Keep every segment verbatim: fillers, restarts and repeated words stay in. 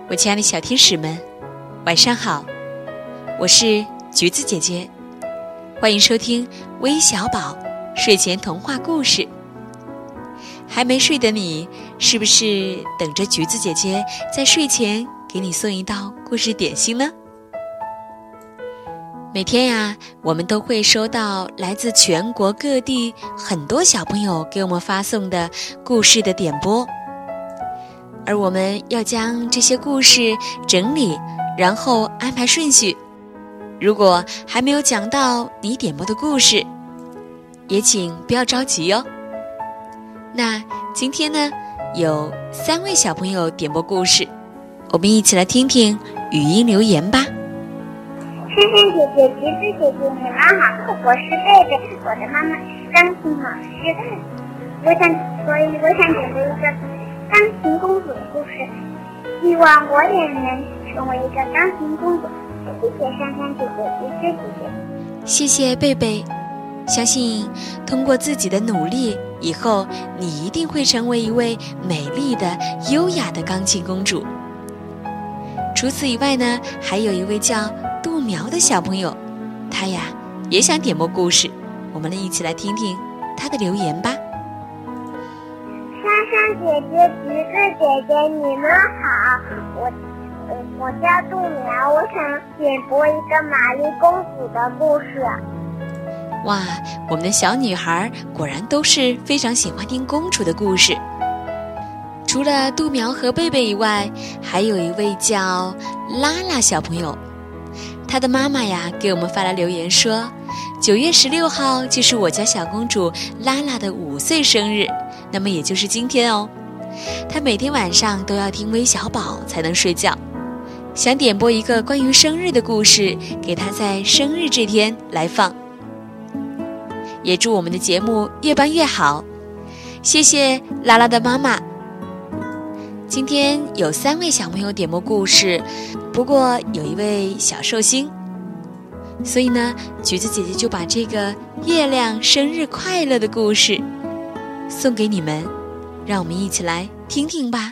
我亲爱的小天使们，晚上好，我是橘子姐姐，欢迎收听微小宝睡前童话故事。还没睡的你，是不是等着橘子姐姐在睡前给你送一道故事点心呢？每天呀，我们都会收到来自全国各地很多小朋友给我们发送的故事的点播，而我们要将这些故事整理，然后安排顺序。如果还没有讲到你点播的故事，也请不要着急哦。那今天呢，有三位小朋友点播故事，我们一起来听听语音留言吧。 萱萱姐姐、橘子姐姐，你们好，我是贝贝，我的妈妈是钢琴老师，我想，所以我想点播一个钢琴公主的故事，希望我也能成为一个钢琴公主。谢谢萱萱姐姐、橘子姐姐。 谢谢贝贝，相信通过自己的努力，以后你一定会成为一位美丽的、优雅的钢琴公主。除此以外呢，还有一位叫杜苗的小朋友，他呀也想点播故事，我们一起来听听他的留言吧。 萱萱姐姐、橘子姐姐，你们好，我我叫杜苗，我想点播一个玛丽公主的故事。 哇，我们的小女孩果然都是非常喜欢听公主的故事。除了杜苗和贝贝以外，还有一位叫拉拉小朋友，她的妈妈呀给我们发来留言说，九月十六号就是我家小公主拉拉的五岁生日，那么也就是今天哦。她每天晚上都要听微小宝才能睡觉，想点播一个关于生日的故事给她在生日这天来放。也祝我们的节目越办越好，谢谢拉拉的妈妈。今天有三位小朋友点播故事，不过有一位小寿星，所以呢，橘子姐姐就把这个月亮生日快乐的故事送给你们，让我们一起来听听吧。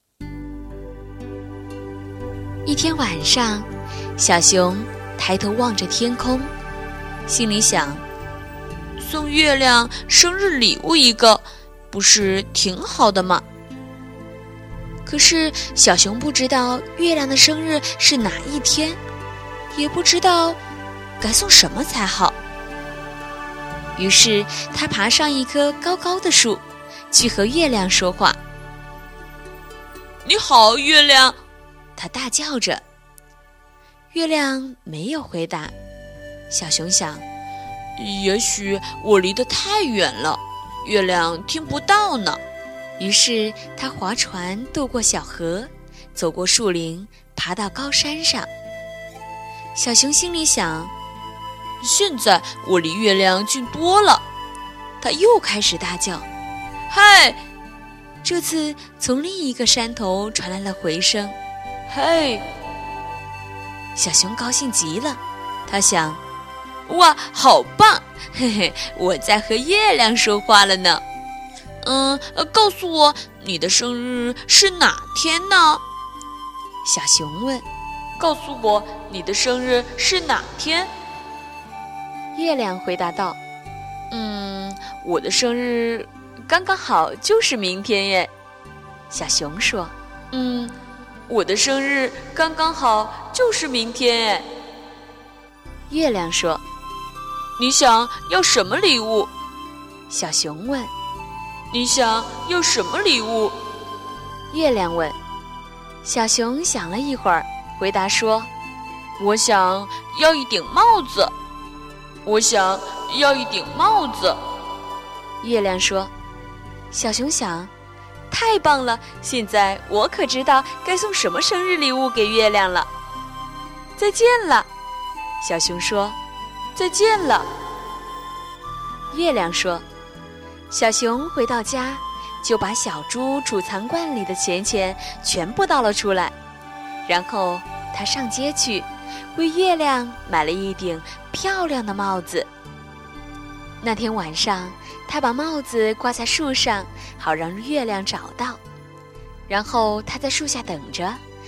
一天晚上，小熊抬头望着天空，心里想，送月亮生日礼物一个，不是挺好的吗？可是小熊不知道月亮的生日是哪一天，也不知道该送什么才好。于是他爬上一棵高高的树，去和月亮说话。你好，月亮，他大叫着。月亮没有回答。小熊想，也许我离得太远了，月亮听不到呢。于是他划船渡过小河，走过树林，爬到高山上。小熊心里想，现在我离月亮近多了。他又开始大叫，嗨！这次从另一个山头传来了回声，嘿！小熊高兴极了，他想，哇，好棒！嘿嘿，我在和月亮说话了呢。嗯，告诉我你的生日是哪天呢？小熊问。告诉我你的生日是哪天？月亮回答道。嗯，我的生日刚刚好就是明天耶。小熊说。嗯，我的生日刚刚好就是明天耶。月亮说。你想要什么礼物？小熊问。你想要什么礼物？月亮问。小熊想了一会儿，回答说，我想要一顶帽子。我想要一顶帽子。月亮说。小熊想，太棒了，现在我可知道该送什么生日礼物给月亮了。再见了。小熊说。再见了。月亮说。小熊回到家，就把小猪储藏罐里的钱钱全部倒了出来，然后他上街去，为月亮买了一顶漂亮的帽子。那天晚上，他把帽子挂在树上，好让月亮找到。然后他在树下等着，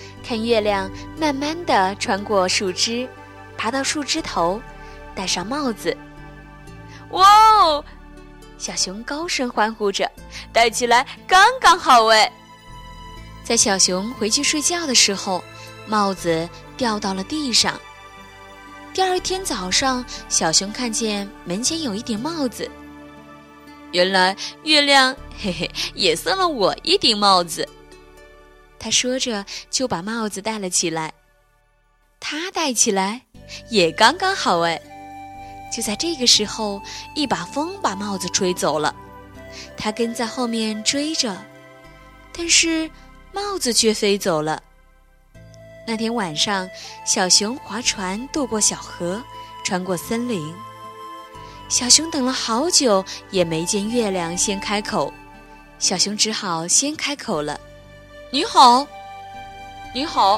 看月亮慢慢地穿过树枝，爬到树枝头，戴上帽子。哇哦！小熊高声欢呼着，戴起来刚刚好哎！在小熊回去睡觉的时候，帽子掉到了地上。第二天早上，小熊看见门前有一顶帽子，原来月亮嘿嘿也送了我一顶帽子。他说着就把帽子戴了起来，他戴起来也刚刚好哎。就在这个时候，一把风把帽子吹走了，他跟在后面追着，但是帽子却飞走了。那天晚上，小熊划船渡过小河，穿过森林。小熊等了好久也没见月亮先开口，小熊只好先开口了：你好。你好。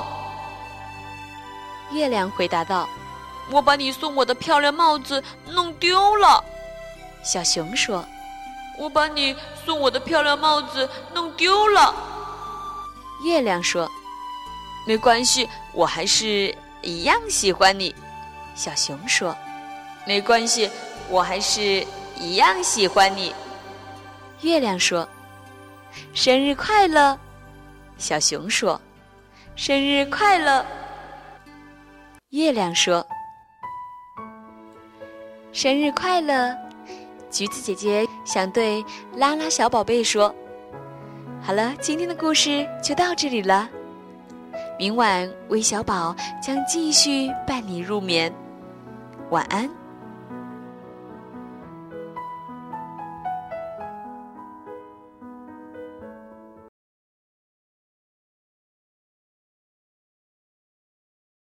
月亮回答道：我把你送我的漂亮帽子弄丢了。小熊说：我把你送我的漂亮帽子弄丢了。月亮说：没关系，我还是一样喜欢你。小熊说：没关系，我还是一样喜欢你。月亮说：生日快乐。小熊说：生日快乐。月亮说：生日快乐。橘子姐姐想对拉拉小宝贝说：好了，今天的故事就到这里了。明晚微小宝将继续伴你入眠，晚安。